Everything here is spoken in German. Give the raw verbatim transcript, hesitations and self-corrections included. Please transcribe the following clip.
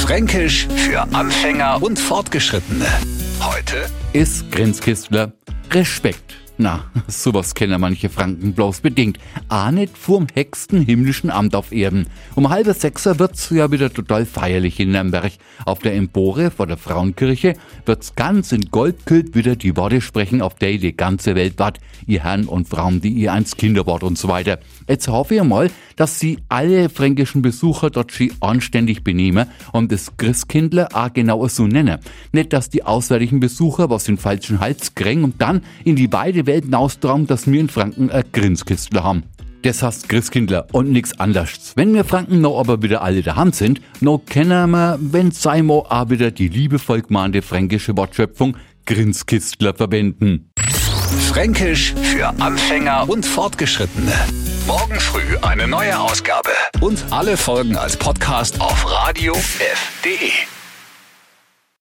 Fränkisch für Anfänger und Fortgeschrittene. Heute ist Grenzkistler Respekt. Na, sowas kennen manche Franken bloß bedingt. Auch nicht vorm höchsten himmlischen Amt auf Erden. Um halb sechs wird's ja wieder total feierlich in Nürnberg. Auf der Empore vor der Frauenkirche wird's ganz in Goldküld wieder die Worte sprechen, auf der die ganze Welt wart. Ihr Herren und Frauen, die ihr eins Kinderwort und so weiter. Jetzt hoffe ich mal, dass sie alle fränkischen Besucher dort schön anständig benehmen und das Christkindler auch genau so nennen. Nicht, dass die auswärtigen Besucher was in falschen Hals kriegen und dann in die beide Welten austrauen, dass wir in Franken ein Grenzkistler haben. Das heißt Christkindler und nix anderes. Wenn wir Franken noch aber wieder alle daheim sind, noch kennen wir, wenn sei mal auch wieder die liebevoll gemeinte fränkische Wortschöpfung Grenzkistler verwenden. Fränkisch für Anfänger und Fortgeschrittene. Morgen früh eine neue Ausgabe. Und alle Folgen als Podcast auf radio punkt f punkt de.